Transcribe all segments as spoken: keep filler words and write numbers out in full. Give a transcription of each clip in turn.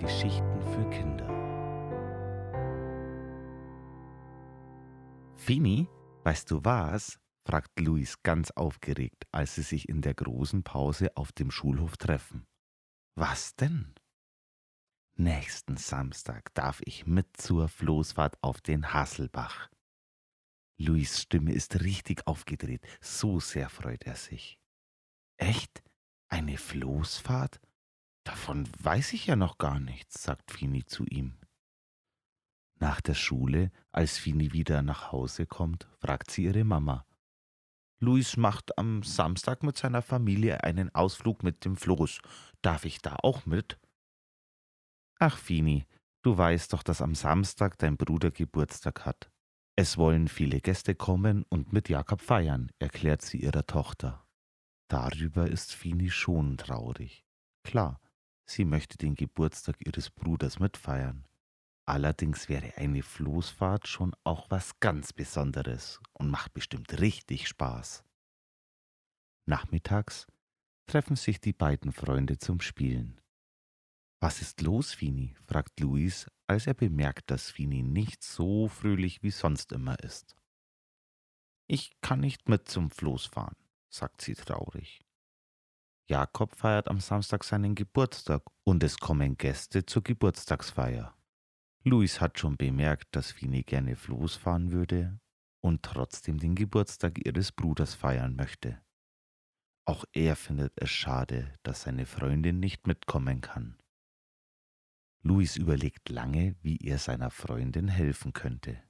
Geschichten für Kinder. Fini, weißt du was? Fragt Luis ganz aufgeregt, als sie sich in der großen Pause auf dem Schulhof treffen. Was denn? Nächsten Samstag darf ich mit zur Floßfahrt auf den Hasselbach. Luis' Stimme ist richtig aufgedreht, so sehr freut er sich. Echt? Eine Floßfahrt? Davon weiß ich ja noch gar nichts, sagt Fini zu ihm. Nach der Schule, als Fini wieder nach Hause kommt, fragt sie ihre Mama. Luis macht am Samstag mit seiner Familie einen Ausflug mit dem Floß. Darf ich da auch mit? Ach, Fini, du weißt doch, dass am Samstag dein Bruder Geburtstag hat. Es wollen viele Gäste kommen und mit Jakob feiern, erklärt sie ihrer Tochter. Darüber ist Fini schon traurig. Klar, sie möchte den Geburtstag ihres Bruders mitfeiern. Allerdings wäre eine Floßfahrt schon auch was ganz Besonderes und macht bestimmt richtig Spaß. Nachmittags treffen sich die beiden Freunde zum Spielen. Was ist los, Fini? Fragt Luis, als er bemerkt, dass Fini nicht so fröhlich wie sonst immer ist. Ich kann nicht mit zum Floß fahren, sagt sie traurig. Jakob feiert am Samstag seinen Geburtstag und es kommen Gäste zur Geburtstagsfeier. Luis hat schon bemerkt, dass Fini gerne Floß fahren würde und trotzdem den Geburtstag ihres Bruders feiern möchte. Auch er findet es schade, dass seine Freundin nicht mitkommen kann. Luis überlegt lange, wie er seiner Freundin helfen könnte.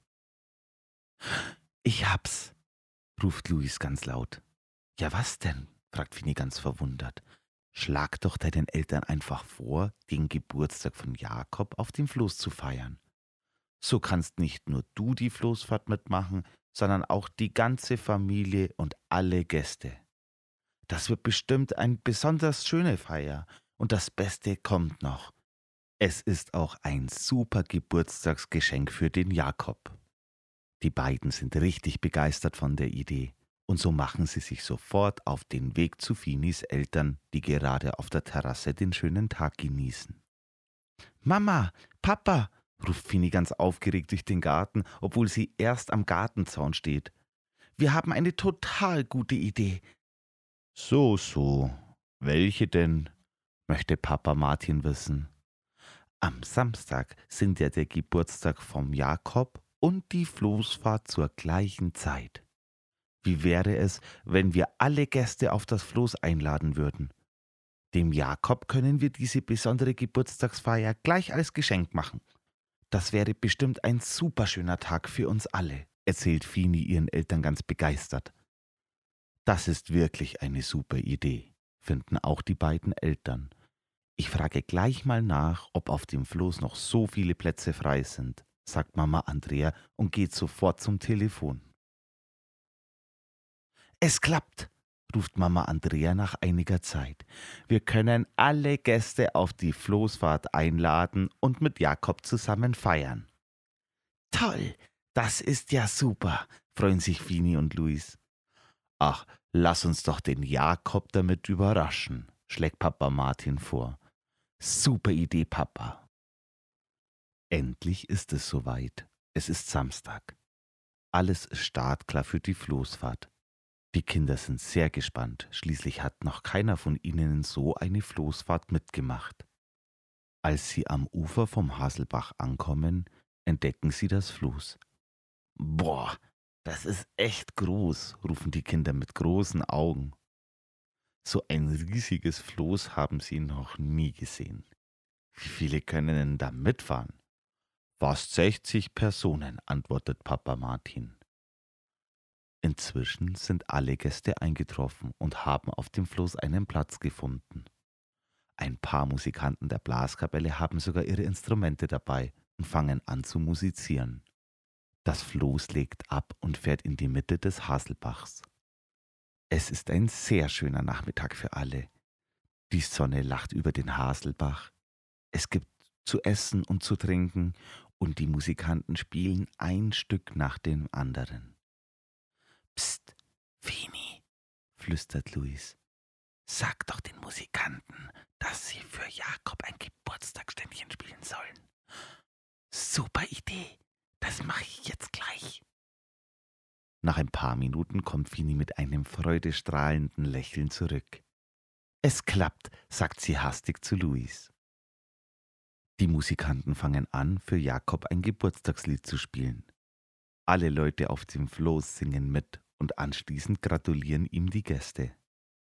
Ich hab's, ruft Luis ganz laut. Ja, was denn? Fragt Fini ganz verwundert. Schlag doch deinen Eltern einfach vor, den Geburtstag von Jakob auf dem Floß zu feiern. So kannst nicht nur du die Floßfahrt mitmachen, sondern auch die ganze Familie und alle Gäste. Das wird bestimmt eine besonders schöne Feier und das Beste kommt noch. Es ist auch ein super Geburtstagsgeschenk für den Jakob. Die beiden sind richtig begeistert von der Idee und so machen sie sich sofort auf den Weg zu Finis Eltern, die gerade auf der Terrasse den schönen Tag genießen. Mama, Papa, ruft Fini ganz aufgeregt durch den Garten, obwohl sie erst am Gartenzaun steht. Wir haben eine total gute Idee. So, so. Welche denn? Möchte Papa Martin wissen. Am Samstag sind ja der Geburtstag vom Jakob und die Floßfahrt zur gleichen Zeit. Wie wäre es, wenn wir alle Gäste auf das Floß einladen würden? Dem Jakob können wir diese besondere Geburtstagsfeier gleich als Geschenk machen. Das wäre bestimmt ein superschöner Tag für uns alle, erzählt Fini ihren Eltern ganz begeistert. Das ist wirklich eine super Idee, finden auch die beiden Eltern. Ich frage gleich mal nach, ob auf dem Floß noch so viele Plätze frei sind, sagt Mama Andrea und geht sofort zum Telefon. Es klappt, ruft Mama Andrea nach einiger Zeit. Wir können alle Gäste auf die Floßfahrt einladen und mit Jakob zusammen feiern. Toll, das ist ja super, freuen sich Fini und Luis. Ach, lass uns doch den Jakob damit überraschen, schlägt Papa Martin vor. Super Idee, Papa. Endlich ist es soweit. Es ist Samstag. Alles ist startklar für die Floßfahrt. Die Kinder sind sehr gespannt, schließlich hat noch keiner von ihnen so eine Floßfahrt mitgemacht. Als sie am Ufer vom Hasselbach ankommen, entdecken sie das Floß. Boah, das ist echt groß, rufen die Kinder mit großen Augen. So ein riesiges Floß haben sie noch nie gesehen. Wie viele können denn da mitfahren? Fast sechzig Personen, antwortet Papa Martin. Inzwischen sind alle Gäste eingetroffen und haben auf dem Floß einen Platz gefunden. Ein paar Musikanten der Blaskapelle haben sogar ihre Instrumente dabei und fangen an zu musizieren. Das Floß legt ab und fährt in die Mitte des Hasselbachs. Es ist ein sehr schöner Nachmittag für alle. Die Sonne lacht über den Hasselbach. Es gibt zu essen und zu trinken und die Musikanten spielen ein Stück nach dem anderen. Psst, Fini, flüstert Luis. Sag doch den Musikanten, dass sie für Jakob ein Geburtstagsständchen spielen sollen. Super Idee, das mache ich jetzt gleich. Nach ein paar Minuten kommt Fini mit einem freudestrahlenden Lächeln zurück. Es klappt, sagt sie hastig zu Luis. Die Musikanten fangen an, für Jakob ein Geburtstagslied zu spielen. Alle Leute auf dem Floß singen mit und anschließend gratulieren ihm die Gäste.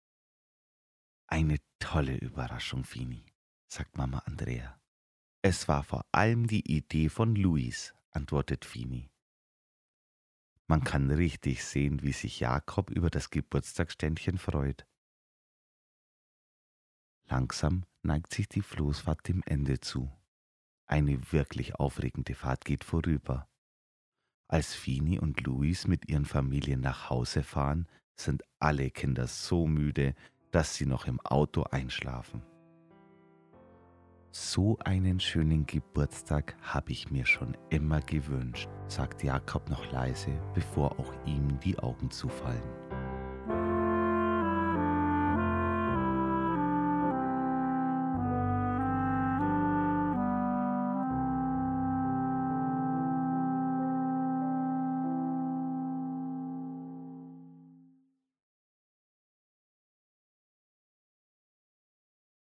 Eine tolle Überraschung, Fini, sagt Mama Andrea. Es war vor allem die Idee von Luis, antwortet Fini. Man kann richtig sehen, wie sich Jakob über das Geburtstagsständchen freut. Langsam neigt sich die Floßfahrt dem Ende zu. Eine wirklich aufregende Fahrt geht vorüber. Als Fini und Luis mit ihren Familien nach Hause fahren, sind alle Kinder so müde, dass sie noch im Auto einschlafen. So einen schönen Geburtstag habe ich mir schon immer gewünscht, sagt Jakob noch leise, bevor auch ihm die Augen zufallen.